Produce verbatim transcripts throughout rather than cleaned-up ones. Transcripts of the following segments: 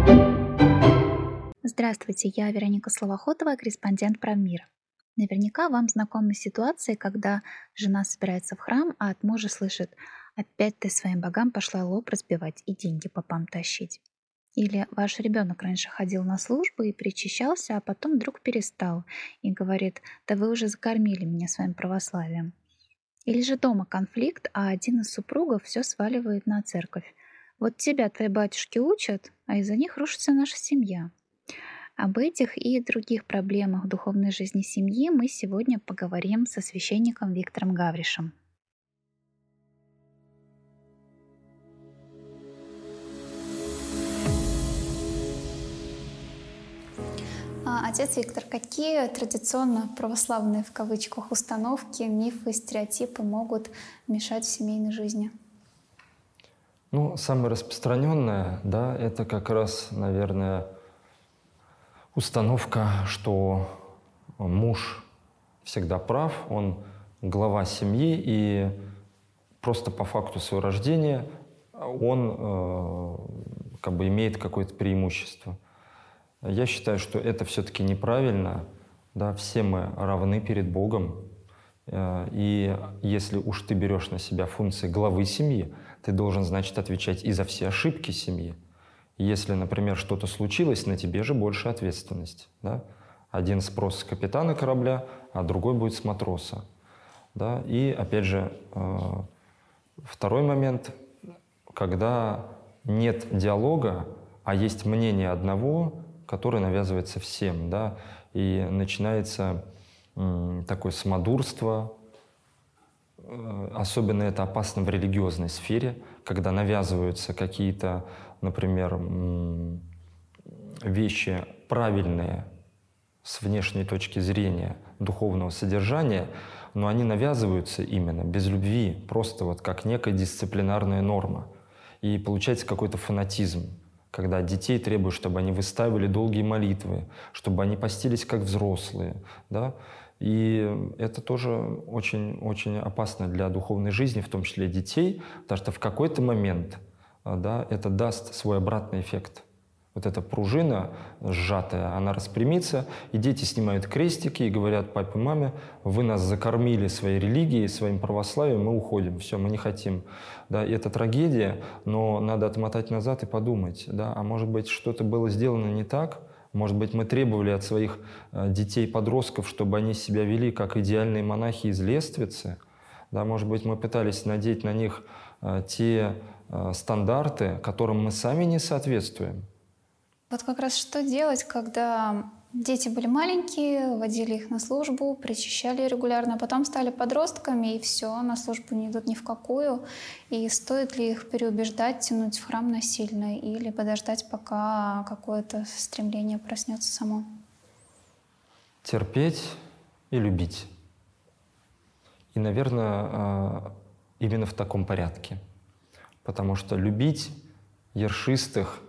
Здравствуйте, я Вероника Словоходова, корреспондент «Правмира». Наверняка вам знакомы ситуации, когда жена собирается в храм, а от мужа слышит: «Опять ты своим богам пошла лоб разбивать и деньги попам тащить». Или ваш ребенок раньше ходил на службу и причащался, а потом вдруг перестал и говорит: «Да вы уже закормили меня своим православием». Или же дома конфликт, а один из супругов все сваливает на церковь. «Вот тебя твои батюшки учат, а из-за них рушится наша семья». Об этих и других проблемах духовной жизни семьи мы сегодня поговорим со священником Виктором Гавришем. А, Отец Виктор, какие традиционно православные в кавычках установки, мифы, стереотипы могут мешать в семейной жизни? Ну, самое распространенное, да, это как раз, наверное, установка, что муж всегда прав, он глава семьи, и просто по факту своего рождения он э, как бы имеет какое-то преимущество. Я считаю, что это все-таки неправильно. Да, все мы равны перед Богом. Э, И если уж ты берешь на себя функции главы семьи, ты должен, значит, отвечать и за все ошибки семьи. Если, например, что-то случилось, на тебе же больше ответственность. Да? Один спрос с капитана корабля, а другой будет с матроса. Да? И, опять же, э, второй момент, когда нет диалога, а есть мнение одного, которое навязывается всем, да? И начинается м, такое самодурство. Э, Особенно это опасно в религиозной сфере, когда навязываются какие-то, например, м, вещи правильные с внешней точки зрения духовного содержания, но они навязываются именно без любви, просто вот как некая дисциплинарная норма. И получается какой-то фанатизм, когда от детей требуют, чтобы они выставили долгие молитвы, чтобы они постились как взрослые, да? И это тоже очень-очень опасно для духовной жизни, в том числе детей, потому что в какой-то момент, да, это даст свой обратный эффект. Вот эта пружина сжатая, она распрямится, и дети снимают крестики и говорят папе, маме: вы нас закормили своей религией, своим православием, мы уходим, все, мы не хотим. Да, и это трагедия, но надо отмотать назад и подумать, да, а может быть, что-то было сделано не так, может быть, мы требовали от своих детей-подростков, чтобы они себя вели как идеальные монахи из Лествицы, да, может быть, мы пытались надеть на них те стандарты, которым мы сами не соответствуем. Вот как раз что делать, когда дети были маленькие, водили их на службу, причащали регулярно, а потом стали подростками, и все, на службу не идут ни в какую. И стоит ли их переубеждать, тянуть в храм насильно, или подождать, пока какое-то стремление проснется само? Терпеть и любить. И, наверное, именно в таком порядке. Потому что любить ершистых,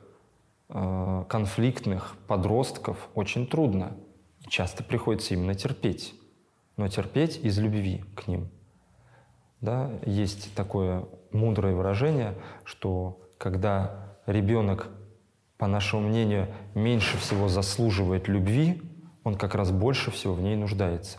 конфликтных подростков очень трудно. И часто приходится именно терпеть. Но терпеть из любви к ним. Да? Есть такое мудрое выражение, что когда ребенок, по нашему мнению, меньше всего заслуживает любви, он как раз больше всего в ней нуждается.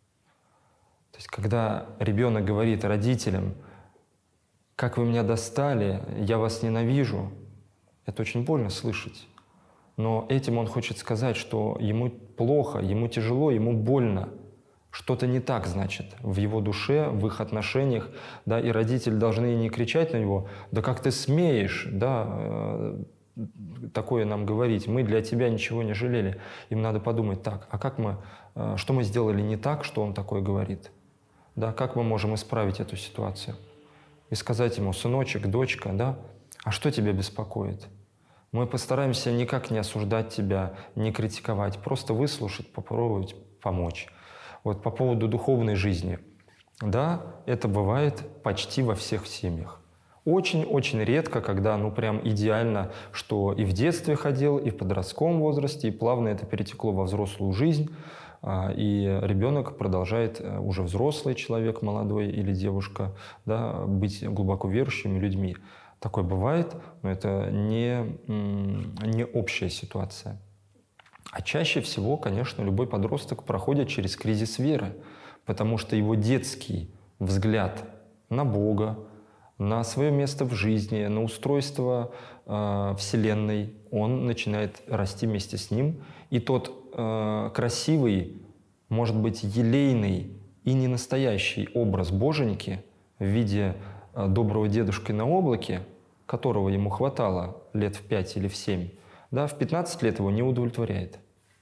То есть когда ребенок говорит родителям: «Как вы меня достали, я вас ненавижу», это очень больно слышать. Но этим он хочет сказать, что ему плохо, ему тяжело, ему больно. Что-то не так, значит, в его душе, в их отношениях. Да, и родители должны не кричать на него: «Да как ты смеешь, да, такое нам говорить, мы для тебя ничего не жалели». Им надо подумать: так, а как мы, что мы сделали не так, что он такое говорит? Да, как мы можем исправить эту ситуацию? И сказать ему: сыночек, дочка, да, а что тебя беспокоит? Мы постараемся никак не осуждать тебя, не критиковать, просто выслушать, попробовать помочь. Вот по поводу духовной жизни. Да, это бывает почти во всех семьях. Очень-очень редко, когда ну прям идеально, что и в детстве ходил, и в подростковом возрасте, и плавно это перетекло во взрослую жизнь, и ребенок продолжает, уже взрослый человек, молодой или девушка, да, быть глубоко верующими людьми. Такое бывает, но это не, не общая ситуация. А чаще всего, конечно, любой подросток проходит через кризис веры, потому что его детский взгляд на Бога, на свое место в жизни, на устройство э, Вселенной, он начинает расти вместе с ним. И тот э, красивый, может быть, елейный и не настоящий образ Боженьки в виде э, доброго дедушки на облаке, которого ему хватало лет в пять или в семь, да, в пятнадцать лет его не удовлетворяет.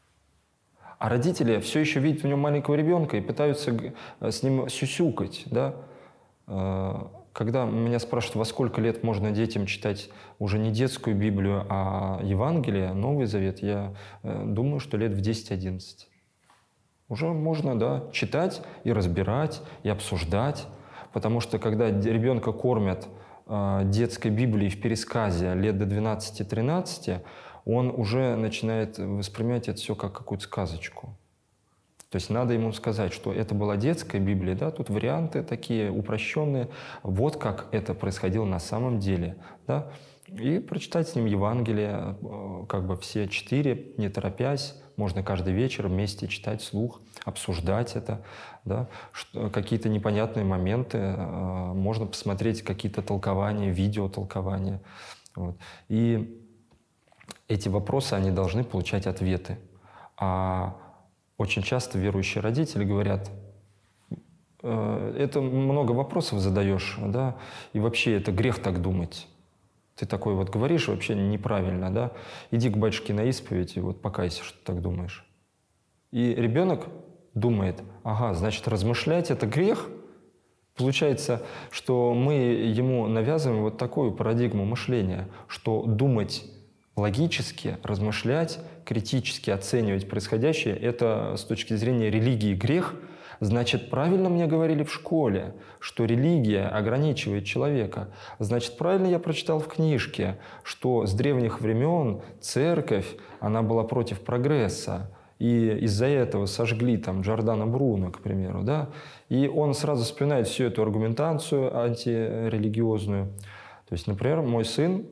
А родители все еще видят в нем маленького ребенка и пытаются с ним сюсюкать. Да? Когда меня спрашивают, во сколько лет можно детям читать уже не детскую Библию, а Евангелие, Новый Завет, я думаю, что лет в десять-одиннадцать. Уже можно, да, читать и разбирать, и обсуждать. Потому что когда ребенка кормят детской Библией в пересказе лет до двенадцати-тринадцати, он уже начинает воспринимать это все как какую-то сказочку. То есть надо ему сказать, что это была детская Библия, да, тут варианты такие упрощенные, вот как это происходило на самом деле. Да, и прочитать с ним Евангелие, как бы все четыре, не торопясь, можно каждый вечер вместе читать вслух, обсуждать это, да, какие-то непонятные моменты, можно посмотреть какие-то толкования, видеотолкования. Вот. И эти вопросы, они должны получать ответы. А очень часто верующие родители говорят, э, это много вопросов задаешь, да, и вообще это грех так думать. Ты такой вот говоришь вообще неправильно, да, иди к батюшке на исповедь и вот покайся, что ты так думаешь. И ребенок думает, ага, значит, размышлять — это грех? Получается, что мы ему навязываем вот такую парадигму мышления, что думать логически, размышлять, критически оценивать происходящее — это с точки зрения религии грех. Значит, правильно мне говорили в школе, что религия ограничивает человека. Значит, правильно я прочитал в книжке, что с древних времен церковь, она была против прогресса. И из-за этого сожгли там Джордано Бруно, к примеру. Да? И он сразу вспоминает всю эту аргументацию антирелигиозную. То есть, например, мой сын,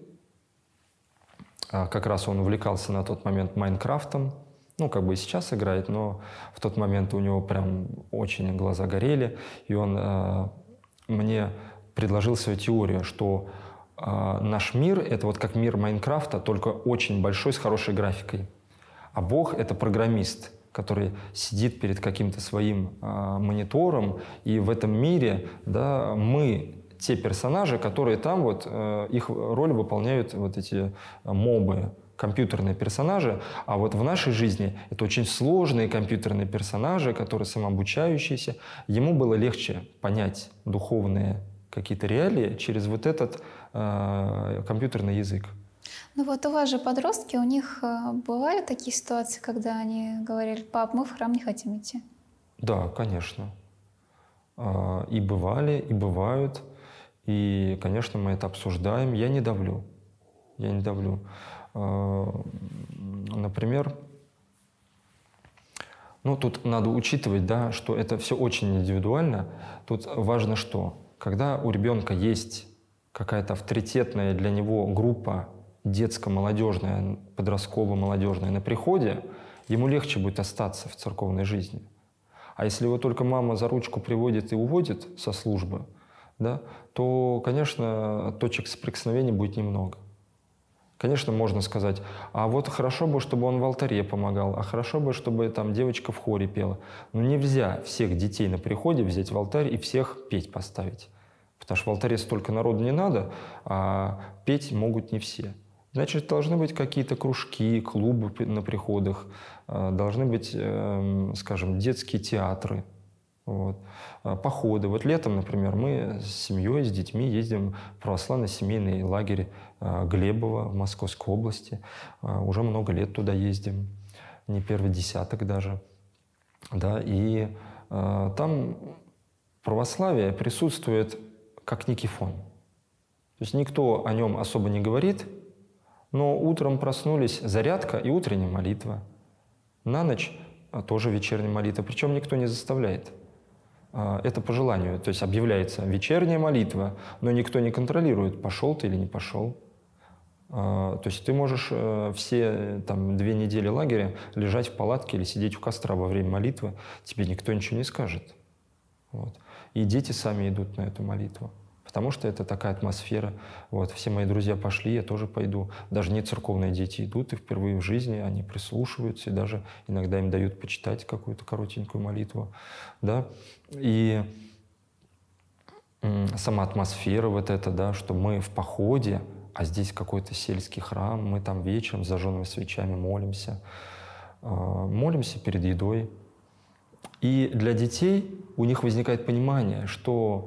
как раз он увлекался на тот момент Майнкрафтом. Ну, как бы и сейчас играет, но в тот момент у него прям очень глаза горели. И он э, мне предложил свою теорию, что э, наш мир — это вот как мир Майнкрафта, только очень большой, с хорошей графикой. А Бог — это программист, который сидит перед каким-то своим э, монитором. И в этом мире, да, мы — те персонажи, которые там, вот, э, их роль выполняют вот эти мобы, компьютерные персонажи, а вот в нашей жизни это очень сложные компьютерные персонажи, которые самообучающиеся. Ему было легче понять духовные какие-то реалии через вот этот э, компьютерный язык. Ну вот у вас же подростки, у них бывали такие ситуации, когда они говорили: пап, мы в храм не хотим идти? Да, конечно. И бывали, и бывают. И, конечно, мы это обсуждаем. Я не давлю. Я не давлю. Например, ну, тут надо учитывать, да, что это все очень индивидуально. Тут важно что? Когда у ребенка есть какая-то авторитетная для него группа детско-молодежная, подростково-молодежная на приходе, ему легче будет остаться в церковной жизни. А если его только мама за ручку приводит и уводит со службы, да, то, конечно, точек соприкосновения будет немного. Конечно, можно сказать, а вот хорошо бы, чтобы он в алтаре помогал, а хорошо бы, чтобы там девочка в хоре пела. Но нельзя всех детей на приходе взять в алтарь и всех петь поставить. Потому что в алтаре столько народу не надо, а петь могут не все. Значит, должны быть какие-то кружки, клубы на приходах, должны быть, скажем, детские театры. Вот. Походы. Вот летом, например, мы с семьей, с детьми ездим в православный семейный лагерь Глебово в Московской области. Уже много лет туда ездим, не первый десяток даже. Да, и э, там православие присутствует как некий фон. То есть никто о нем особо не говорит, но утром проснулись — зарядка и утренняя молитва. На ночь тоже вечерняя молитва, причем никто не заставляет. Это по желанию. То есть объявляется вечерняя молитва, но никто не контролирует, пошел ты или не пошел. То есть ты можешь все там, две недели лагеря лежать в палатке или сидеть у костра во время молитвы, тебе никто ничего не скажет. Вот. И дети сами идут на эту молитву, потому что это такая атмосфера. Вот. Все мои друзья пошли, я тоже пойду. Даже не церковные дети идут, и впервые в жизни они прислушиваются, и даже иногда им дают почитать какую-то коротенькую молитву. Да? И сама атмосфера вот эта, да, что мы в походе, а здесь какой-то сельский храм, мы там вечером с зажженными свечами молимся, молимся перед едой. И для детей у них возникает понимание, что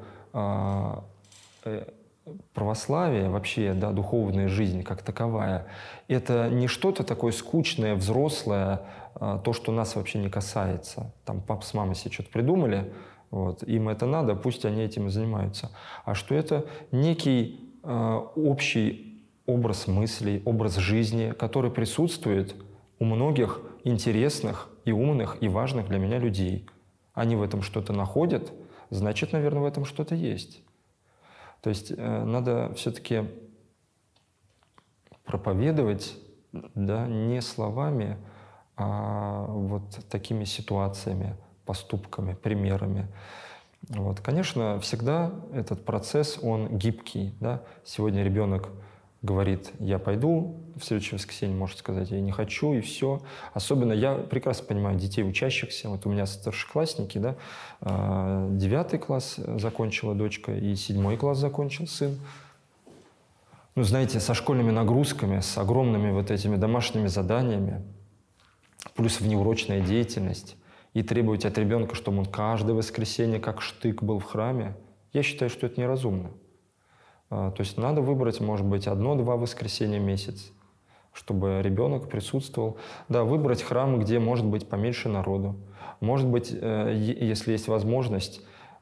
православие, вообще, да, духовная жизнь как таковая, это не что-то такое скучное, взрослое, то, что нас вообще не касается. Там папа с мамой себе что-то придумали, вот, им это надо, пусть они этим и занимаются. А что это некий э, общий образ мыслей, образ жизни, который присутствует у многих интересных и умных и важных для меня людей. Они в этом что-то находят, значит, наверное, в этом что-то есть. То есть э, надо все-таки проповедовать, да, не словами, а вот такими ситуациями, поступками, примерами. Вот. Конечно, всегда этот процесс, он гибкий. Да? Сегодня ребенок говорит, я пойду, в следующее воскресенье может сказать, я не хочу, и все. Особенно я прекрасно понимаю детей учащихся. Вот у меня старшеклассники, да, девятый класс закончила дочка и седьмой класс закончил сын. Ну, знаете, со школьными нагрузками, с огромными вот этими домашними заданиями, плюс внеурочная деятельность, и требовать от ребенка, чтобы он каждое воскресенье как штык был в храме, я считаю, что это неразумно. То есть надо выбрать, может быть, одно-два воскресенья в месяц, чтобы ребенок присутствовал. Да, выбрать храм, где может быть поменьше народу. Может быть, если есть возможность,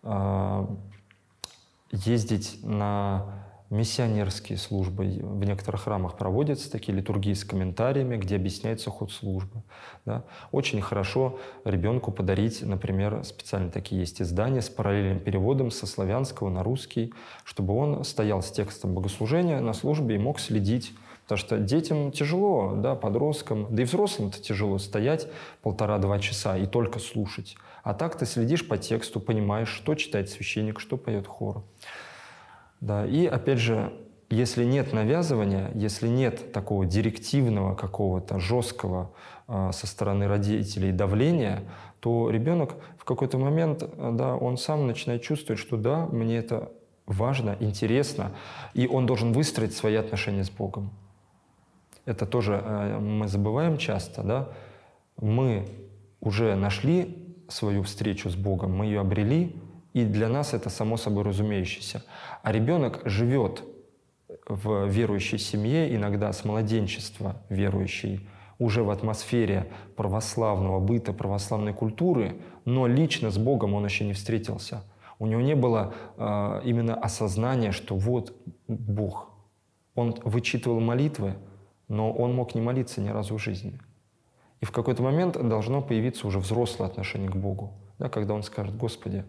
ездить на миссионерские службы. В некоторых храмах проводятся такие литургии с комментариями, где объясняется ход службы. Да. Очень хорошо ребенку подарить, например, специально такие есть издания с параллельным переводом со славянского на русский, чтобы он стоял с текстом богослужения на службе и мог следить. Потому что детям тяжело, да, подросткам, да и взрослым-то тяжело стоять полтора-два часа и только слушать. А так ты следишь по тексту, понимаешь, что читает священник, что поет хор. Да, и опять же, если нет навязывания, если нет такого директивного какого-то жесткого э, со стороны родителей давления, то ребенок в какой-то момент, да, он сам начинает чувствовать, что да, мне это важно, интересно, и он должен выстроить свои отношения с Богом. Это тоже э, мы забываем часто, да. Мы уже нашли свою встречу с Богом, мы ее обрели, и для нас это само собой разумеющееся. А ребенок живет в верующей семье, иногда с младенчества верующей, уже в атмосфере православного быта, православной культуры, но лично с Богом он еще не встретился. У него не было э, именно осознания, что вот Бог. Он вычитывал молитвы, но он мог не молиться ни разу в жизни. И в какой-то момент должно появиться уже взрослое отношение к Богу, да, когда он скажет: «Господи,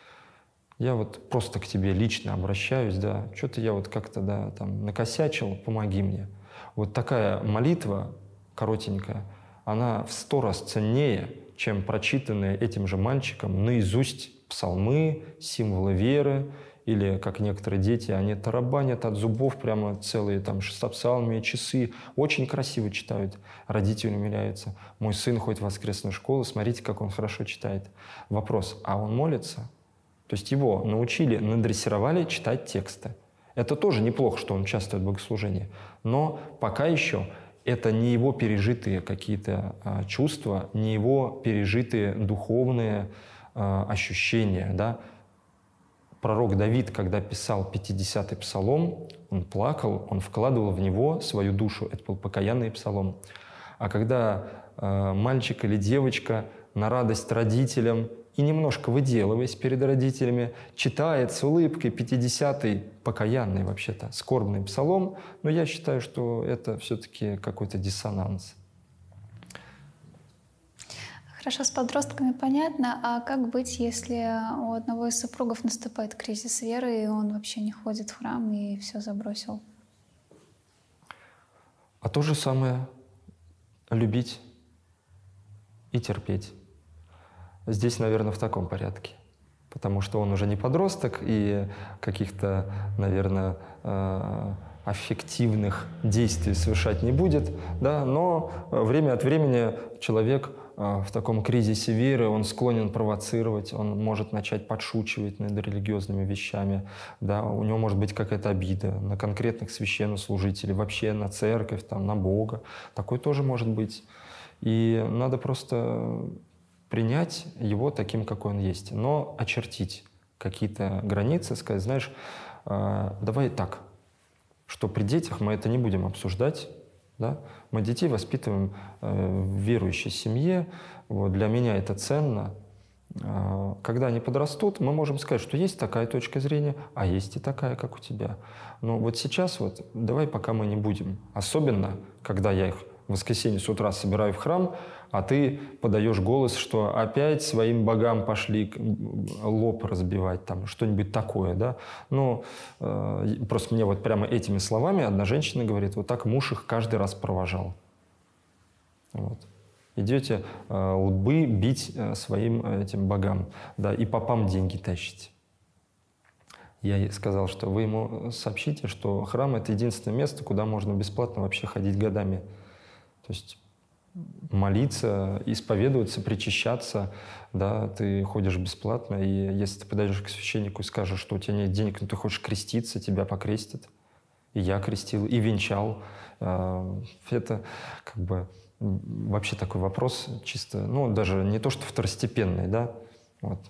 я вот просто к тебе лично обращаюсь, да, что-то я вот как-то, да, там накосячил, помоги мне». Вот такая молитва коротенькая, она в сто раз ценнее, чем прочитанные этим же мальчиком наизусть псалмы, символы веры, или, как некоторые дети, они тарабанят от зубов прямо целые там шестопсалмы, часы, очень красиво читают. Родители умиляются. Мой сын ходит в воскресную школу, смотрите, как он хорошо читает. Вопрос: а он молится? То есть его научили, надрессировали читать тексты. Это тоже неплохо, что он участвует в богослужении. Но пока еще это не его пережитые какие-то а, чувства, не его пережитые духовные а, ощущения. Да? Пророк Давид, когда писал пятидесятый псалом, он плакал, он вкладывал в него свою душу. Это был покаянный псалом. А когда а, мальчик или девочка на радость родителям и немножко выделываясь перед родителями, читает с улыбкой пятидесятый покаянный, вообще-то, скорбный псалом, но я считаю, что это все-таки какой-то диссонанс. Хорошо, с подростками понятно. А как быть, если у одного из супругов наступает кризис веры, и он вообще не ходит в храм и все забросил? А то же самое — любить и терпеть. Здесь, наверное, в таком порядке. Потому что он уже не подросток, и каких-то, наверное, э, аффективных действий совершать не будет, да, но время от времени человек э, в таком кризисе веры, он склонен провоцировать, он может начать подшучивать над религиозными вещами, да, у него может быть какая-то обида на конкретных священнослужителей, вообще на церковь, там, на Бога. Такое тоже может быть. И надо просто принять его таким, какой он есть, но очертить какие-то границы, сказать, знаешь, э, давай так, что при детях мы это не будем обсуждать, да? Мы детей воспитываем э, в верующей семье, вот, для меня это ценно. Э, когда они подрастут, мы можем сказать, что есть такая точка зрения, а есть и такая, как у тебя. Но вот сейчас вот давай пока мы не будем, особенно когда я их в воскресенье с утра собираю в храм, а ты подаешь голос, что опять своим богам пошли лоб разбивать, там что-нибудь такое, да. Ну, э, просто мне вот прямо этими словами одна женщина говорит, вот так муж их каждый раз провожал. Вот. Идете э, лбы бить э, своим этим богам, да, и попам деньги тащите. Я ей сказал, что вы ему сообщите, что храм — это единственное место, куда можно бесплатно вообще ходить годами. То есть молиться, исповедоваться, причащаться, да, ты ходишь бесплатно, и если ты подойдешь к священнику и скажешь, что у тебя нет денег, но ты хочешь креститься, тебя покрестят. И я крестил, и венчал. Это как бы вообще такой вопрос чисто, ну, даже не то, что второстепенный, да, вот.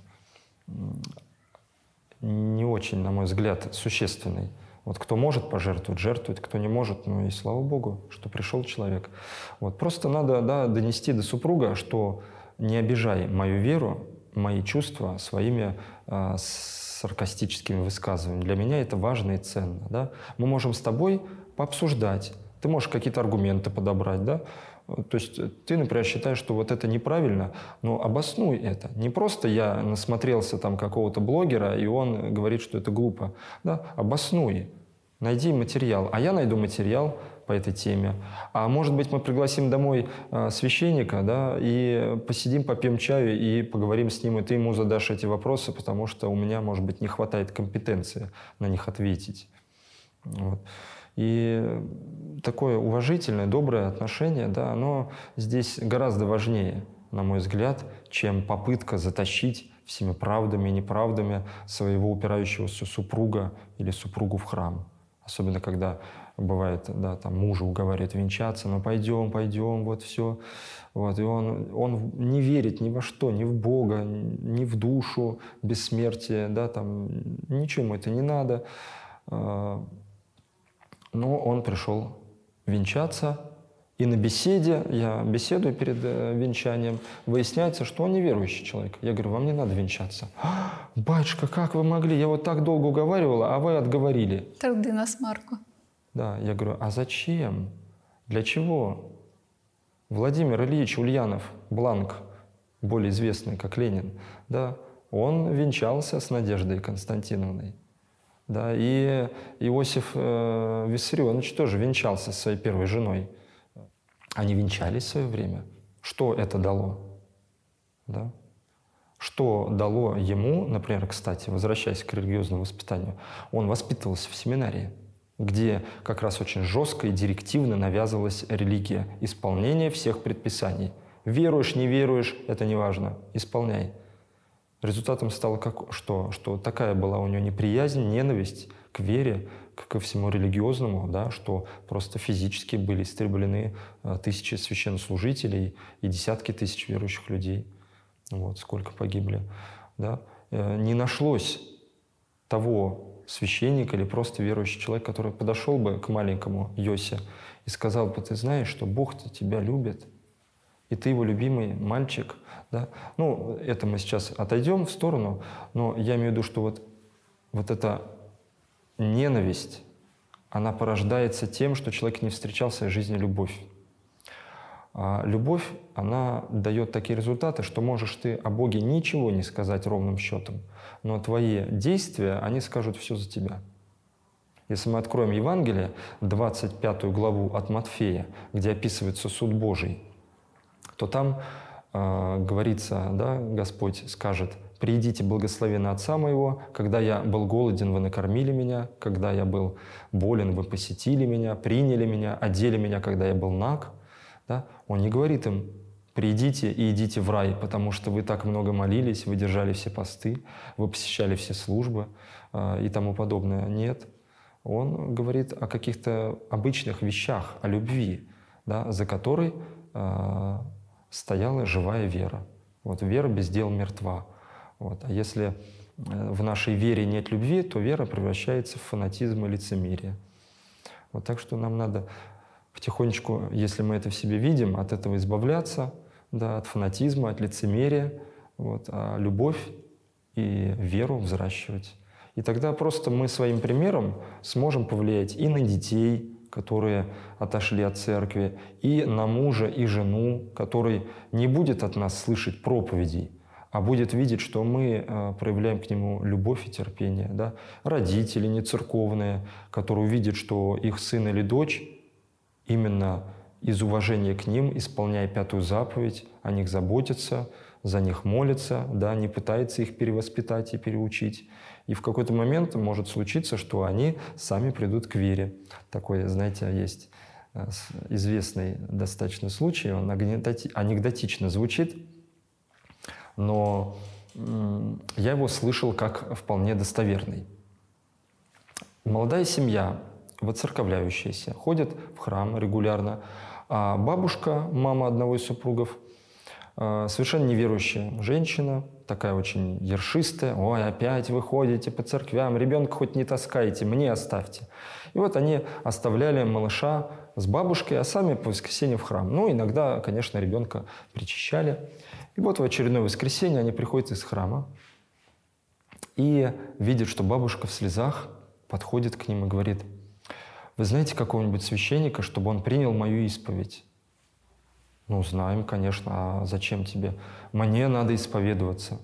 Не очень, на мой взгляд, существенный. Вот кто может пожертвовать, жертвует, кто не может, ну и слава Богу, что пришел человек. Вот. Просто надо, да, донести до супруга, что не обижай мою веру, мои чувства своими э, саркастическими высказываниями. Для меня это важно и ценно. Да? Мы можем с тобой пообсуждать, ты можешь какие-то аргументы подобрать, да? То есть ты, например, считаешь, что вот это неправильно, но обоснуй это. Не просто я насмотрелся там какого-то блогера, и он говорит, что это глупо. Да? Обоснуй. Найди материал. А я найду материал по этой теме. А может быть, мы пригласим домой э, священника, да, и посидим, попьем чаю и поговорим с ним, и ты ему задашь эти вопросы, потому что у меня, может быть, не хватает компетенции на них ответить. Вот. И такое уважительное, доброе отношение, да, оно здесь гораздо важнее, на мой взгляд, чем попытка затащить всеми правдами и неправдами своего упирающегося супруга или супругу в храм. Особенно, когда бывает, да, там мужа уговаривает венчаться, ну пойдем, пойдем, вот все. Вот, и он, он не верит ни во что, ни в Бога, ни в душу, бессмертие, да, там, ничего ему это не надо. Но он пришел венчаться, и на беседе, я беседую перед э, венчанием, выясняется, что он неверующий человек. Я говорю, вам не надо венчаться. А, батюшка, как вы могли? Я вот так долго уговаривала, а вы отговорили. Труды на смарку. Да, я говорю, а зачем? Для чего? Владимир Ильич Ульянов, Бланк, более известный как Ленин, да, он венчался с Надеждой Константиновной. Да, и Иосиф э, Виссарионович тоже венчался со своей первой женой. Они венчались в свое время. Что это дало? Да? Что дало ему, например, кстати, возвращаясь к религиозному воспитанию, он воспитывался в семинарии, где как раз очень жестко и директивно навязывалась религия, исполнение всех предписаний. Веруешь, не веруешь, это не важно, исполняй. Результатом стало как, что, что такая была у него неприязнь, ненависть к вере, к, ко всему религиозному, да, что просто физически были истреблены а, тысячи священнослужителей и десятки тысяч верующих людей. Вот, сколько погибли. Да. Не нашлось того священника или просто верующий человек, который подошел бы к маленькому Йосе и сказал бы, ты знаешь, что Бог-то тебя любит, и ты его любимый мальчик. Да? Ну, это мы сейчас отойдем в сторону, но я имею в виду, что вот, вот эта ненависть, она порождается тем, что человек не встречал в своей жизни любовь. А любовь, она дает такие результаты, что можешь ты о Боге ничего не сказать ровным счетом, но твои действия, они скажут все за тебя. Если мы откроем Евангелие, двадцать пятую главу от Матфея, где описывается суд Божий, то там э, говорится, да, Господь скажет: «Приидите, благословенны Отца моего, когда я был голоден, вы накормили меня, когда я был болен, вы посетили меня, приняли меня, одели меня, когда я был наг». Да? Он не говорит им: «Придите и идите в рай, потому что вы так много молились, вы держали все посты, вы посещали все службы э, и тому подобное». Нет. Он говорит о каких-то обычных вещах, о любви, да, за которой э, стояла живая вера. Вот вера без дел мертва. Вот. А если в нашей вере нет любви, то вера превращается в фанатизм и лицемерие. Вот. Так что нам надо потихонечку, если мы это в себе видим, от этого избавляться, да, от фанатизма, от лицемерия, вот, а любовь и веру взращивать. И тогда просто мы своим примером сможем повлиять и на детей, которые отошли от церкви, и на мужа и жену, который не будет от нас слышать проповедей, а будет видеть, что мы э, проявляем к нему любовь и терпение. Да? Родители нецерковные, которые увидят, что их сын или дочь именно из уважения к ним, исполняя пятую заповедь, о них заботится, за них молится, да, не пытается их перевоспитать и переучить. И в какой-то момент может случиться, что они сами придут к вере. Такой, знаете, есть известный достаточно случай, он анекдотично звучит, но я его слышал как вполне достоверный. Молодая семья, воцерковляющаяся, ходит в храм регулярно, а бабушка, мама одного из супругов, совершенно неверующая женщина, такая очень ершистая. «Ой, опять вы ходите по церквям, ребенка хоть не таскайте, мне оставьте». И вот они оставляли малыша с бабушкой, а сами по воскресеньям в храм. Ну, иногда, конечно, ребенка причащали. И вот в очередное воскресенье они приходят из храма и видят, что бабушка в слезах подходит к ним и говорит: «Вы знаете какого-нибудь священника, чтобы он принял мою исповедь?» «Ну, знаем, конечно. А зачем тебе?» «Мне надо исповедоваться».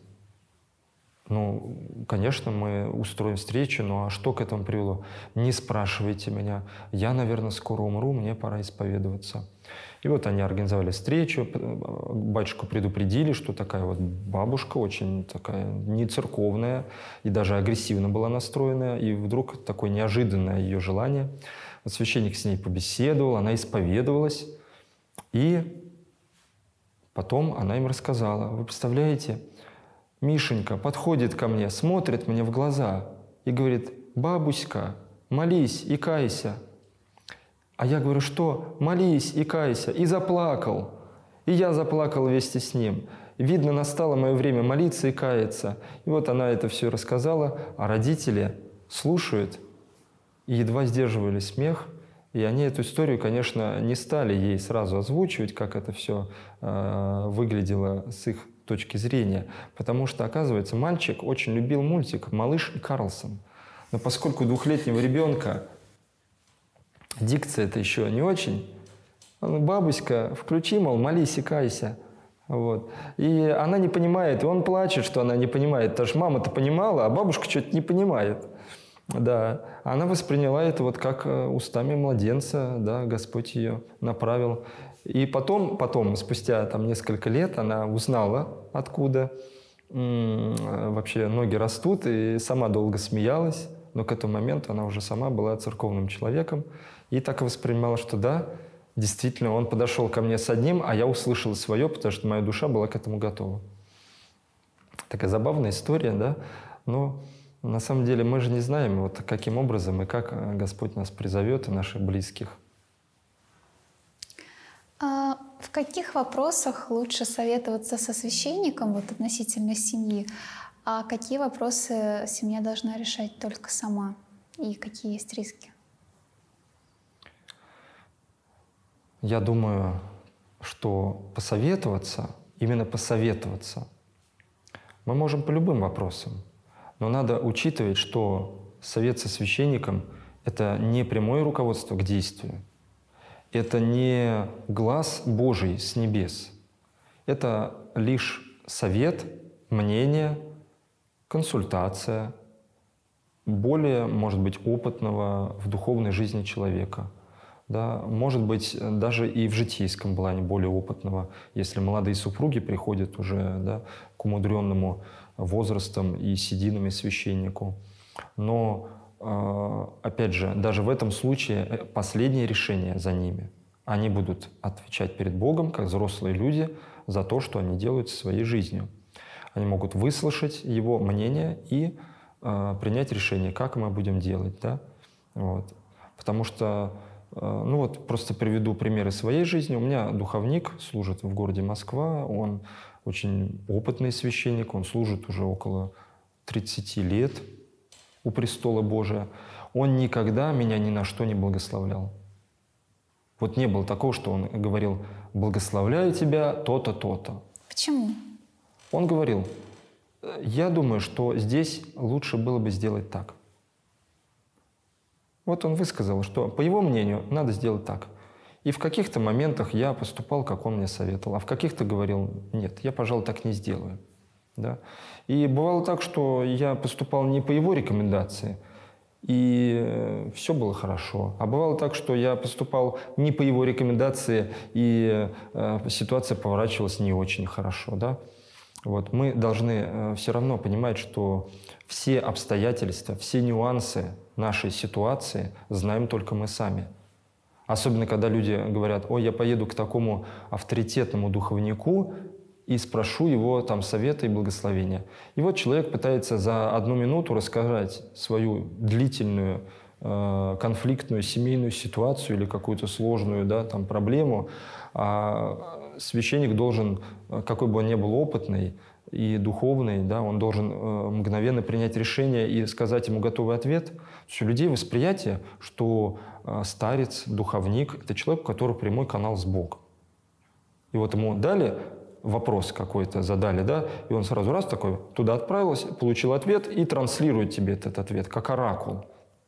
«Ну, конечно, мы устроим встречу, но а что к этому привело?» «Не спрашивайте меня. Я, наверное, скоро умру, мне пора исповедоваться». И вот они организовали встречу, батюшку предупредили, что такая вот бабушка очень такая нецерковная и даже агрессивно была настроена, и вдруг такое неожиданное ее желание. Вот священник с ней побеседовал, она исповедовалась, и потом она им рассказала: «Вы представляете, Мишенька подходит ко мне, смотрит мне в глаза и говорит: бабуська, молись и кайся». А я говорю: «Что? Молись и кайся». И заплакал. И я заплакал вместе с ним. Видно, настало мое время молиться и каяться. И вот она это все рассказала, а родители слушают и едва сдерживали смех. И они эту историю, конечно, не стали ей сразу озвучивать, как это все э, выглядело с их точки зрения. Потому что, оказывается, мальчик очень любил мультик «Малыш и Карлсон». Но поскольку у двухлетнего ребенка дикция-то еще не очень, он: «Бабуська, включи, мол, молись и кайся». Вот. И она не понимает, и он плачет, что она не понимает, потому что мама-то понимала, а бабушка что-то не понимает. Да, она восприняла это вот как устами младенца, да, Господь ее направил. И потом, потом, спустя там несколько лет, она узнала, откуда м-м, вообще ноги растут, и сама долго смеялась, но к этому моменту она уже сама была церковным человеком, и так и воспринимала, что да, действительно, он подошел ко мне с одним, а я услышала свое, потому что моя душа была к этому готова. Такая забавная история, да, но на самом деле мы же не знаем, вот каким образом и как Господь нас призовет и наших близких. А в каких вопросах лучше советоваться со священником вот, относительно семьи, а какие вопросы семья должна решать только сама и какие есть риски? Я думаю, что посоветоваться, именно посоветоваться, мы можем по любым вопросам. Но надо учитывать, что совет со священником – это не прямое руководство к действию. это не глас Божий с небес. Это лишь совет, мнение, консультация более, может быть, опытного в духовной жизни человека. Да, может быть, даже и в житейском плане более опытного, если молодые супруги приходят уже, да, к умудренному возрастом и сединами священнику. Но, опять же, даже в этом случае последнее решение за ними. Они будут отвечать перед Богом, как взрослые люди, за то, что они делают со своей жизнью. Они могут выслушать его мнение и принять решение, как мы будем делать. Да? Вот. Потому что Ну вот просто приведу примеры своей жизни. У меня духовник служит в городе Москва. Он очень опытный священник. Он служит уже около тридцати лет у престола Божия. Он никогда меня ни на что не благословлял. Вот не было такого, что он говорил: «Благословляю тебя то-то, то-то». Почему? Он говорил: «Я думаю, что здесь лучше было бы сделать так». Вот он высказал, что, по его мнению, надо сделать так. И в каких-то моментах я поступал, как он мне советовал, а в каких-то говорил: нет, я, пожалуй, так не сделаю. Да? И бывало так, что я поступал не по его рекомендации, и все было хорошо. А бывало так, что я поступал не по его рекомендации, и э, ситуация поворачивалась не очень хорошо. Да? Вот. Мы должны э, все равно понимать, что все обстоятельства, все нюансы нашей ситуации знаем только мы сами. Особенно, когда люди говорят: ой, я поеду к такому авторитетному духовнику и спрошу его там совета и благословения. И вот человек пытается за одну минуту рассказать свою длительную э, конфликтную семейную ситуацию или какую-то сложную, да, там, проблему, а священник должен, какой бы он ни был опытный и духовный, да, он должен э, мгновенно принять решение и сказать ему готовый ответ. То есть у людей восприятие, что э, старец, духовник — это человек, у которого прямой канал с Богом. И вот ему дали вопрос какой-то, задали, да, и он сразу раз такой туда отправился, получил ответ и транслирует тебе этот ответ, как оракул.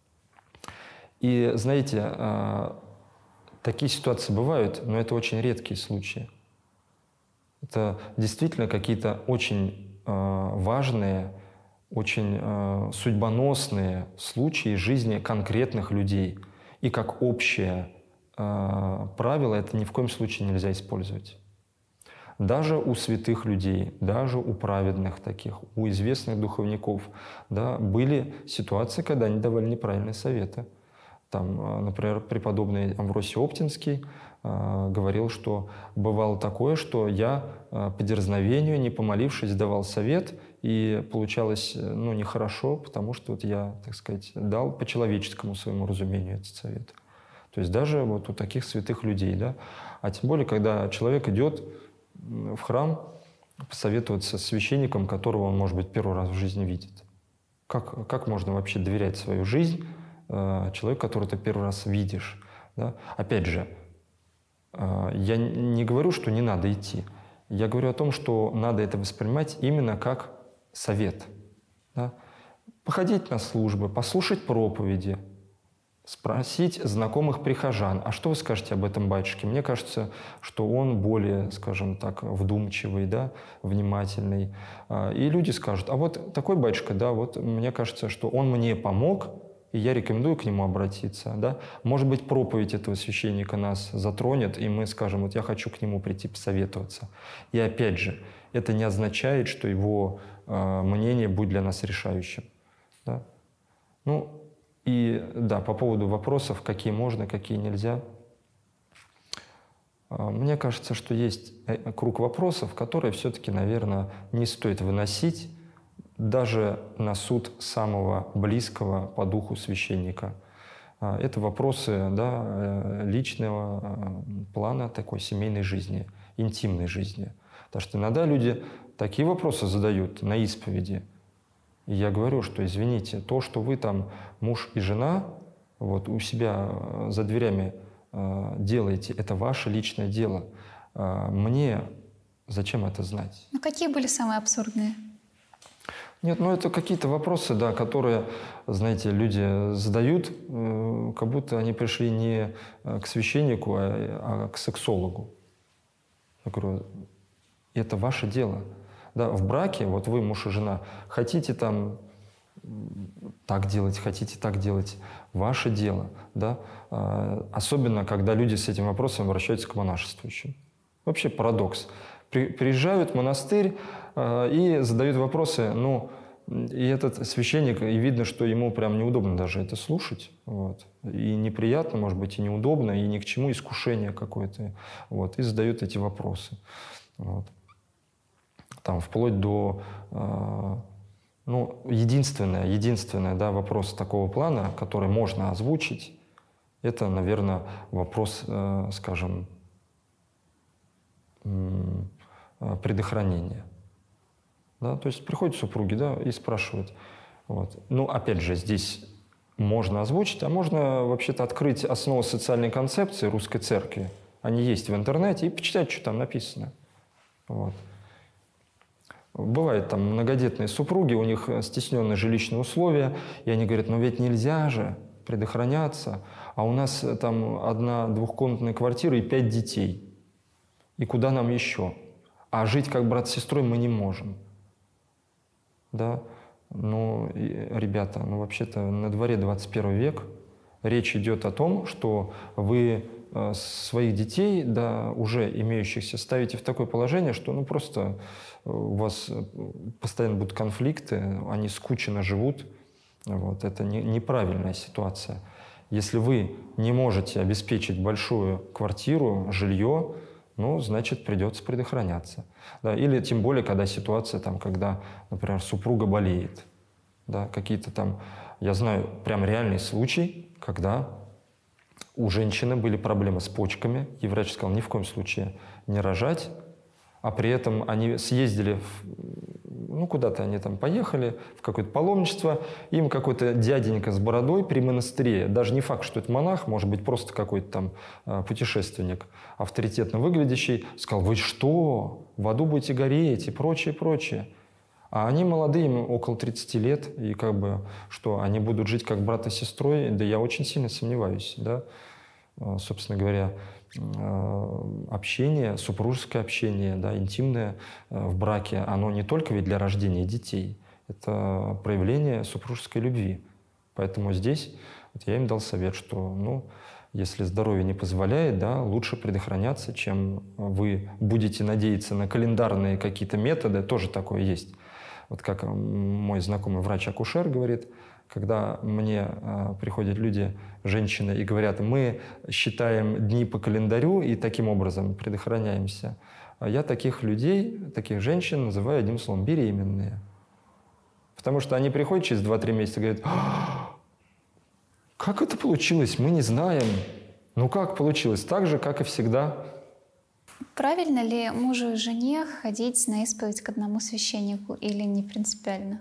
И знаете, э, такие ситуации бывают, но это очень редкие случаи. Это действительно какие-то очень э, важные, очень э, судьбоносные случаи жизни конкретных людей. И как общее э, правило это ни в коем случае нельзя использовать. Даже у святых людей, даже у праведных таких, у известных духовников, да, были ситуации, когда они давали неправильные советы. Там, например, преподобный Амвросий Оптинский э, говорил, что бывало такое, что я э, по дерзновению, не помолившись, давал совет, и получалось ну, нехорошо, потому что вот я, так сказать, дал по человеческому своему разумению этот совет. То есть даже вот у таких святых людей. Да? А тем более, когда человек идет в храм посоветоваться с священником, которого он, может быть, первый раз в жизни видит. Как, как можно вообще доверять свою жизнь человек, которого ты первый раз видишь? Да? Опять же, я не говорю, что не надо идти. Я говорю о том, что надо это воспринимать именно как совет. Да? Походить на службы, послушать проповеди, спросить знакомых прихожан: а что вы скажете об этом батюшке? Мне кажется, что он более, скажем так, вдумчивый, да, внимательный. И люди скажут: а вот такой батюшка, да, вот мне кажется, что он мне помог, и я рекомендую к нему обратиться. Да? Может быть, проповедь этого священника нас затронет, и мы скажем: вот я хочу к нему прийти посоветоваться. И опять же, это не означает, что его э, мнение будет для нас решающим. Да? Ну, и да, по поводу вопросов, какие можно, какие нельзя. Мне кажется, что есть круг вопросов, которые все-таки, наверное, не стоит выносить даже на суд самого близкого по духу священника. Это вопросы, да, личного плана такой семейной жизни, интимной жизни. Потому что иногда люди такие вопросы задают на исповеди. И я говорю, что, извините, то, что вы там муж и жена вот, у себя за дверями э, делаете, это ваше личное дело. Э, мне зачем это знать? Ну какие были самые абсурдные? Нет, ну это какие-то вопросы, да, которые, знаете, люди задают, э, как будто они пришли не к священнику, а, а к сексологу. Я говорю, это ваше дело. Да, в браке, вот вы, муж и жена, хотите там так делать, хотите так делать, ваше дело. Да? А, особенно, когда люди с этим вопросом обращаются к монашествующим. Вообще парадокс. При, приезжают в монастырь а, и задают вопросы, ну, и этот священник, и видно, что ему прям неудобно даже это слушать. Вот. И неприятно, может быть, и неудобно, и ни к чему искушение какое-то. Вот. И задают эти вопросы. Вот. Там вплоть до... Э, ну, единственное, единственное, да, вопрос такого плана, который можно озвучить, это, наверное, вопрос, э, скажем, э, предохранения. Да? То есть приходят супруги, да, и спрашивают. Вот. Ну, опять же, здесь можно озвучить, а можно вообще-то открыть основы социальной концепции русской церкви. Они есть в интернете, и почитать, что там написано. Вот. Бывают там многодетные супруги, у них стесненные жилищные условия, и они говорят, ну ведь нельзя же предохраняться, а у нас там одна двухкомнатная квартира и пять детей. И куда нам еще? А жить как брат с сестрой мы не можем. Да? Ну, ребята, ну вообще-то на дворе двадцать первый век, речь идет о том, что вы своих детей, да, уже имеющихся, ставите в такое положение, что ну просто у вас постоянно будут конфликты, они скучно живут. Вот. Это не, неправильная ситуация. Если вы не можете обеспечить большую квартиру, жилье, ну, значит, придется предохраняться. Да. Или тем более, когда ситуация, там, когда, например, супруга болеет. Да, какие-то там, я знаю прям реальный случай, когда у женщины были проблемы с почками, и врач сказал, ни в коем случае не рожать, а при этом они съездили, в, ну, куда-то они там поехали, в какое-то паломничество, им какой-то дяденька с бородой при монастыре, даже не факт, что это монах, может быть, просто какой-то там путешественник, авторитетно выглядящий, сказал, вы что, в аду будете гореть и прочее, прочее. А они молодые, им около тридцати лет, и как бы, что, они будут жить как брат и сестрой, да я очень сильно сомневаюсь, да. Собственно говоря, общение, супружеское общение, да, интимное в браке, оно не только ведь для рождения детей, это проявление супружеской любви. Поэтому здесь вот я им дал совет, что, ну, если здоровье не позволяет, да, лучше предохраняться, чем вы будете надеяться на календарные какие-то методы, тоже такое есть. Вот как мой знакомый врач-акушер говорит, когда мне э, приходят люди, женщины, и говорят, мы считаем дни по календарю и таким образом предохраняемся, я таких людей, таких женщин называю одним словом беременные. Потому что они приходят через два-три месяца и говорят, как это получилось, мы не знаем. Ну как получилось? Так же, как и всегда. Правильно ли мужу и жене ходить на исповедь к одному священнику или не принципиально?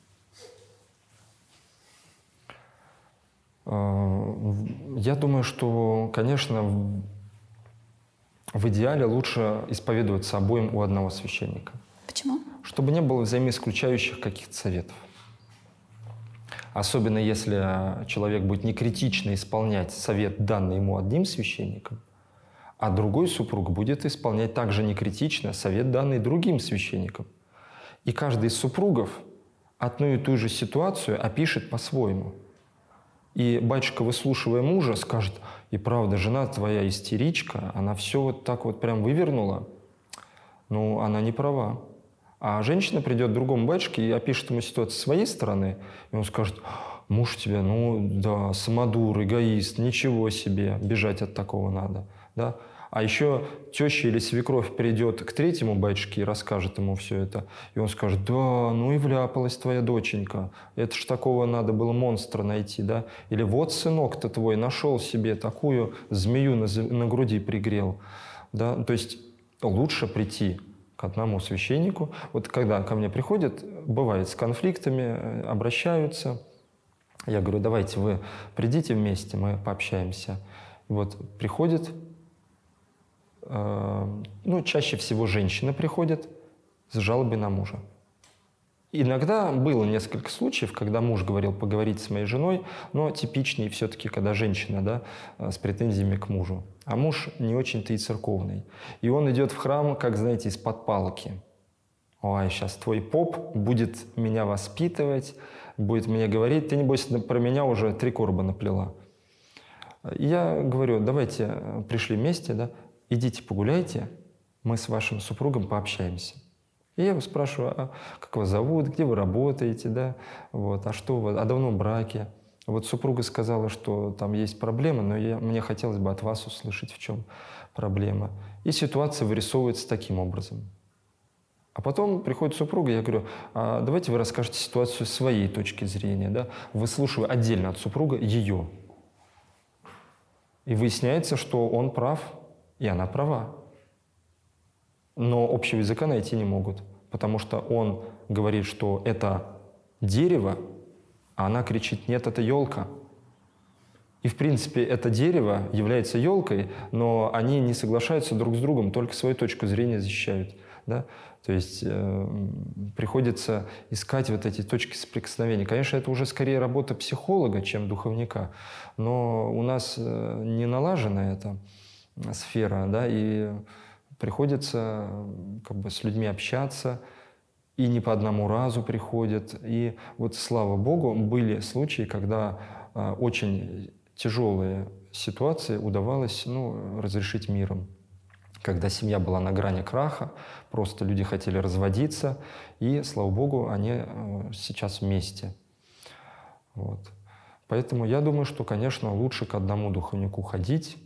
Я думаю, что, конечно, в идеале лучше исповедоваться обоим у одного священника. Почему? Чтобы не было взаимоисключающих каких-то советов. Особенно если человек будет некритично исполнять совет, данный ему одним священником, а другой супруг будет исполнять также некритично совет, данный другим священником. И каждый из супругов одну и ту же ситуацию опишет по-своему. И батюшка, выслушивая мужа, скажет, и правда, жена твоя истеричка, она все вот так вот прям вывернула. Ну, она не права. А женщина придет к другому батюшке и опишет ему ситуацию с своей стороны, и он скажет, муж тебе, ну да, самодур, эгоист, ничего себе, бежать от такого надо. Да? А еще теща или свекровь придет к третьему батюшке и расскажет ему все это. И он скажет, да, ну и вляпалась твоя доченька. Это ж такого надо было монстра найти, да? Или вот сынок-то твой нашел себе такую змею на, на груди пригрел. Да? То есть лучше прийти к одному священнику. Вот когда ко мне приходят, бывает с конфликтами, обращаются. Я говорю, давайте вы придите вместе, мы пообщаемся. И вот приходит... Ну, чаще всего женщина приходит с жалобой на мужа. Иногда было несколько случаев, когда муж говорил поговорить с моей женой, но типичнее все-таки, когда женщина, да, с претензиями к мужу. А муж не очень-то и церковный. И он идет в храм, как, знаете, из-под палки. Ой, сейчас твой поп будет меня воспитывать, будет мне говорить, ты, небось, про меня уже три короба наплела. Я говорю, давайте пришли вместе, да, идите погуляйте, мы с вашим супругом пообщаемся. И я его спрашиваю, а как вас зовут, где вы работаете, да, вот, а что вы, а давно в браке? Вот супруга сказала, что там есть проблема, но я, мне хотелось бы от вас услышать, в чем проблема. И ситуация вырисовывается таким образом. А потом приходит супруга, я говорю, а давайте вы расскажете ситуацию с своей точки зрения, да, выслушивая отдельно от супруга ее. И выясняется, что он прав, и она права. Но общего языка найти не могут, потому что он говорит, что это дерево, а она кричит, нет, это елка. И, в принципе, это дерево является елкой, но они не соглашаются друг с другом, только свою точку зрения защищают. Да? То есть э, приходится искать вот эти точки соприкосновения. Конечно, это уже скорее работа психолога, чем духовника, но у нас э, не налажена эта сфера, да, и приходится как бы с людьми общаться, и не по одному разу приходят. И вот, слава Богу, были случаи, когда э, очень тяжелые ситуации удавалось, ну, разрешить миром. Когда семья была на грани краха, просто люди хотели разводиться, и, слава Богу, они э, сейчас вместе. Вот. Поэтому я думаю, что, конечно, лучше к одному духовнику ходить,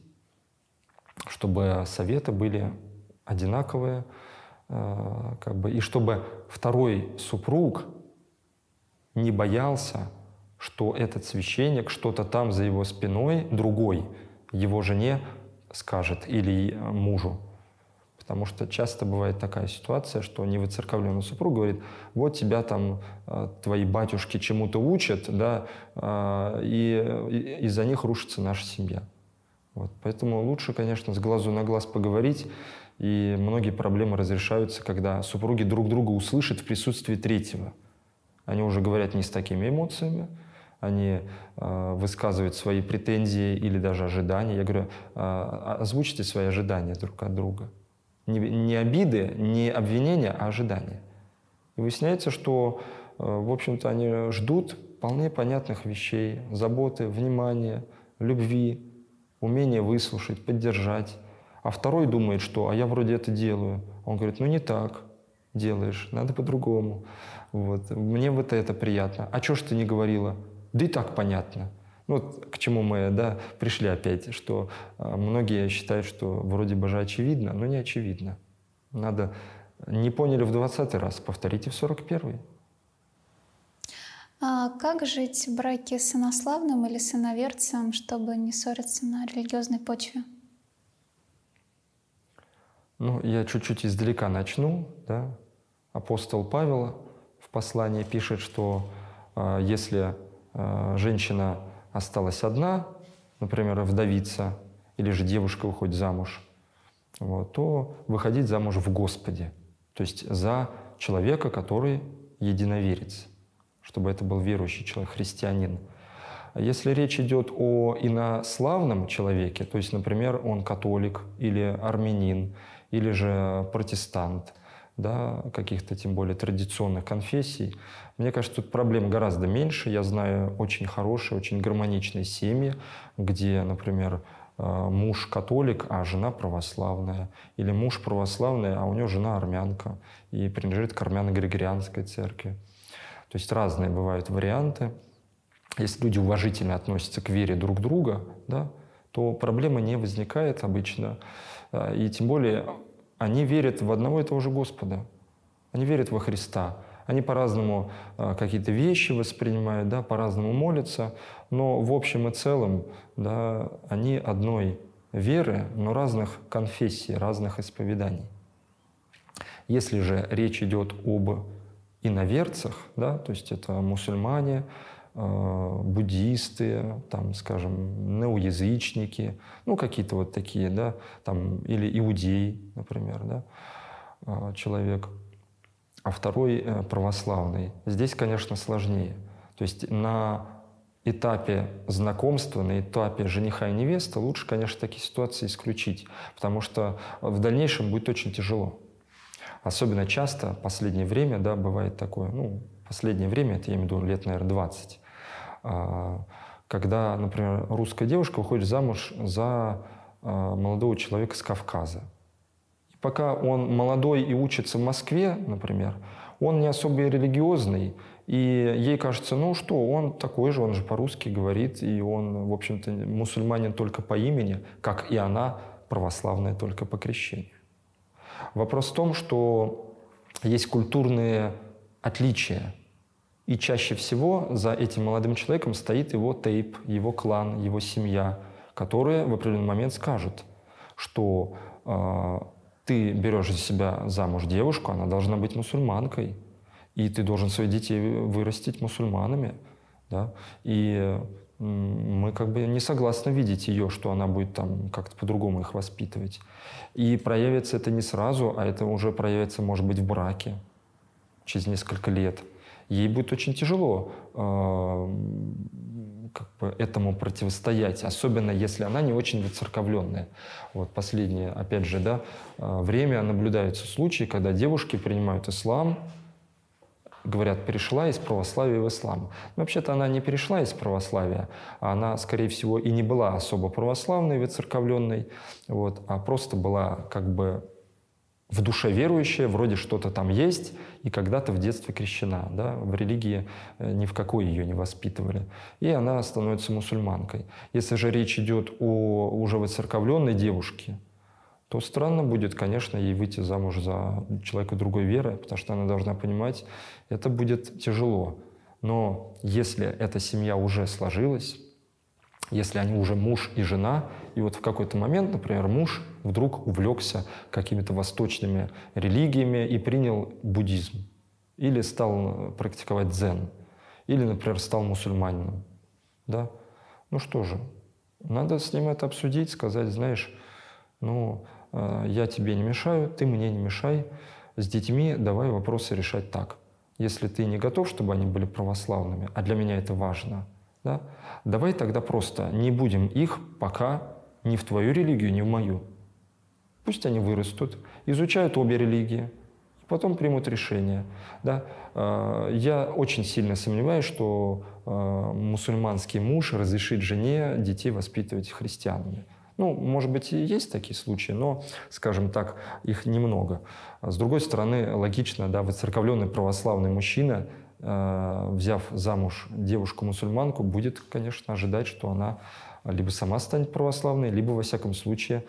чтобы советы были одинаковые, э, как бы, и чтобы второй супруг не боялся, что этот священник что-то там за его спиной, другой, его жене скажет или мужу. Потому что часто бывает такая ситуация, что невыцерковленный супруг говорит, вот тебя там э, твои батюшки чему-то учат, да, э, и, и из-за них рушится наша семья. Вот. Поэтому лучше, конечно, с глазу на глаз поговорить, и многие проблемы разрешаются, когда супруги друг друга услышат в присутствии третьего. Они уже говорят не с такими эмоциями, они э, высказывают свои претензии или даже ожидания. Я говорю, э, озвучьте свои ожидания друг от друга. Не, не обиды, не обвинения, а ожидания. И выясняется, что, э, в общем-то, они ждут вполне понятных вещей, заботы, внимания, любви, умения выслушать, поддержать. А второй думает, что «а я вроде это делаю». Он говорит, ну не так делаешь, надо по-другому. Вот. Мне вот это приятно. А что ж ты не говорила? Да и так понятно. Ну, вот к чему мы, да, пришли опять, что э, многие считают, что вроде бы же очевидно, но не очевидно. Надо, не поняли в двадцатый раз, повторите в сорок первый. А как жить в браке с инославным или с иноверцем, чтобы не ссориться на религиозной почве? Ну, я чуть-чуть издалека начну, да. Апостол Павел в послании пишет, что э, если э, женщина осталась одна, например, вдовица, или же девушка выходит замуж, вот, то выходить замуж в Господе, то есть за человека, который единоверец, чтобы это был верующий человек, христианин. Если речь идет о инославном человеке, то есть, например, он католик или армянин, или же протестант, да, каких-то тем более традиционных конфессий, мне кажется, тут проблем гораздо меньше. Я знаю очень хорошие, очень гармоничные семьи, где, например, муж католик, а жена православная, или муж православный, а у него жена армянка и принадлежит к армяно-григорианской церкви. То есть разные бывают варианты. Если люди уважительно относятся к вере друг друга, да, то проблемы не возникает обычно. И тем более они верят в одного и того же Господа. Они верят во Христа. Они по-разному какие-то вещи воспринимают, да, по-разному молятся, но в общем и целом, да, они одной веры, но разных конфессий, разных исповеданий. Если же речь идет об иноверцах, да, то есть это мусульмане, буддисты, там, скажем, неоязычники, ну, какие-то вот такие, да, там, или иудей, например, да, человек, а второй э, православный. Здесь, конечно, сложнее. То есть на этапе знакомства, на этапе жениха и невесты лучше, конечно, такие ситуации исключить, потому что в дальнейшем будет очень тяжело. Особенно часто в последнее время, да, бывает такое, ну, последнее время, это я имею в виду лет, наверное, двадцать, когда, например, русская девушка выходит замуж за молодого человека с Кавказа. И пока он молодой и учится в Москве, например, он не особо и религиозный, и ей кажется, ну что, он такой же, он же по-русски говорит, и он, в общем-то, мусульманин только по имени, как и она, православная только по крещению. Вопрос в том, что есть культурные отличия, и чаще всего за этим молодым человеком стоит его тейп, его клан, его семья, которые в определенный момент скажут, что э, ты берешь за себя замуж девушку, она должна быть мусульманкой, и ты должен своих детей вырастить мусульманами. Да? И мы как бы не согласны видеть ее, что она будет там как-то по-другому их воспитывать. И проявится это не сразу, а это уже проявится, может быть, в браке через несколько лет. Ей будет очень тяжело э, как бы этому противостоять, особенно если она не очень выцерковленная. Вот последнее, опять же, да, время наблюдаются случаи, когда девушки принимают ислам, говорят, перешла из православия в ислам. Но вообще-то она не перешла из православия, а она, скорее всего, и не была особо православной, выцерковленной, вот, а просто была как бы в душе верующая, вроде что-то там есть, и когда-то в детстве крещена. Да? В религии ни в какой ее не воспитывали. И она становится мусульманкой. Если же речь идет о уже выцерковленной девушке, то странно будет, конечно, ей выйти замуж за человека другой веры, потому что она должна понимать, это будет тяжело. Но если эта семья уже сложилась, если они уже муж и жена, и вот в какой-то момент, например, муж вдруг увлекся какими-то восточными религиями и принял буддизм, или стал практиковать дзен, или, например, стал мусульманином, да? Ну что же, надо с ним это обсудить, сказать, знаешь, ну, я тебе не мешаю, ты мне не мешай, с детьми давай вопросы решать так. Если ты не готов, чтобы они были православными, а для меня это важно, да, давай тогда просто не будем их пока ни в твою религию, ни в мою. Пусть они вырастут, изучают обе религии, и потом примут решение. Да. Я очень сильно сомневаюсь, что мусульманский муж разрешит жене детей воспитывать христианами. Ну, может быть, и есть такие случаи, но, скажем так, их немного. С другой стороны, логично, да, выцерковленный православный мужчина, э, взяв замуж девушку-мусульманку, будет, конечно, ожидать, что она либо сама станет православной, либо, во всяком случае,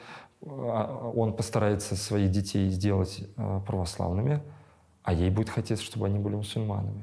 он постарается своих детей сделать э, православными, а ей будет хотеться, чтобы они были мусульманами.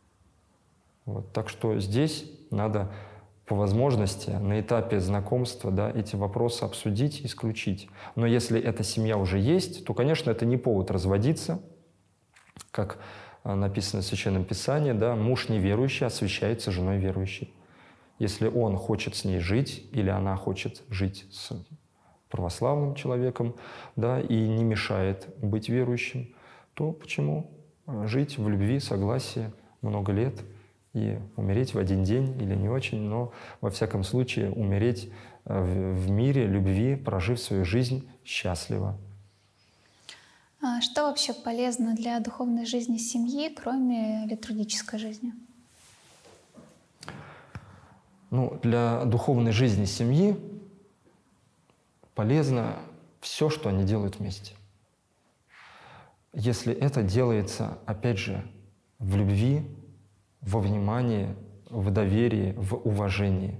Вот. Так что здесь надо по возможности на этапе знакомства, да, эти вопросы обсудить, исключить. Но если эта семья уже есть, то, конечно, это не повод разводиться. Как написано в Священном Писании, да, муж неверующий освящается женой верующей. Если он хочет с ней жить, или она хочет жить с православным человеком, да, и не мешает быть верующим, то почему жить в любви, согласии много лет и умереть в один день или не очень, но во всяком случае умереть в мире, любви, прожив свою жизнь счастливо. А что вообще полезно для духовной жизни семьи, кроме литургической жизни? Ну, для духовной жизни семьи полезно все, что они делают вместе. Если это делается, опять же, в любви, во внимании, в доверии, в уважении.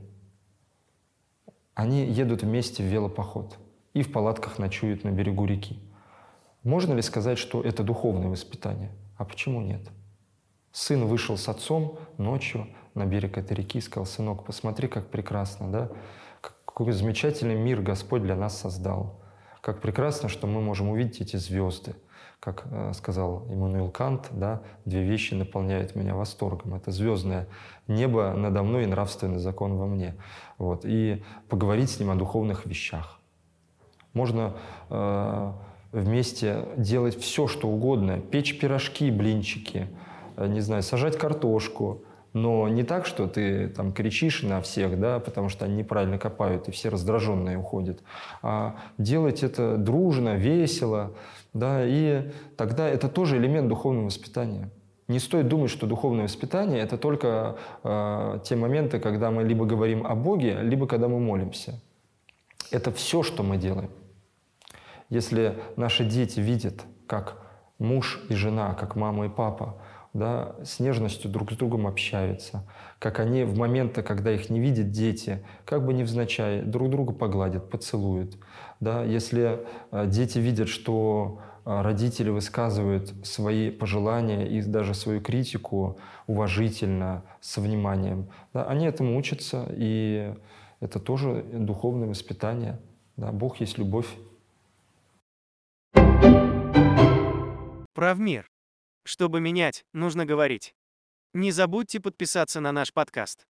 Они едут вместе в велопоход и в палатках ночуют на берегу реки. Можно ли сказать, что это духовное воспитание? А почему нет? Сын вышел с отцом ночью на берег этой реки и сказал: «Сынок, посмотри, как прекрасно, да? Какой замечательный мир Господь для нас создал. Как прекрасно, что мы можем увидеть эти звезды. Как э, сказал Иммануил Кант, да, две вещи наполняют меня восторгом. Это звездное небо надо мной и нравственный закон во мне». Вот. И поговорить с ним о духовных вещах. Можно э, вместе делать все, что угодно, печь пирожки, блинчики, не знаю, сажать картошку, но не так, что ты там кричишь на всех, да, потому что они неправильно копают, и все раздраженные уходят, а делать это дружно, весело, да, и тогда это тоже элемент духовного воспитания. Не стоит думать, что духовное воспитание — это только э, те моменты, когда мы либо говорим о Боге, либо когда мы молимся. Это все, что мы делаем. Если наши дети видят, как муж и жена, как мама и папа, да, с нежностью друг с другом общаются, как они в моменты, когда их не видят дети, как бы невзначай друг друга погладят, поцелуют. Да. Если э, дети видят, что э, родители высказывают свои пожелания и даже свою критику уважительно, со вниманием, да, они этому учатся, и это тоже духовное воспитание. Да. Бог есть любовь. Правмир. Чтобы менять, нужно говорить. Не забудьте подписаться на наш подкаст.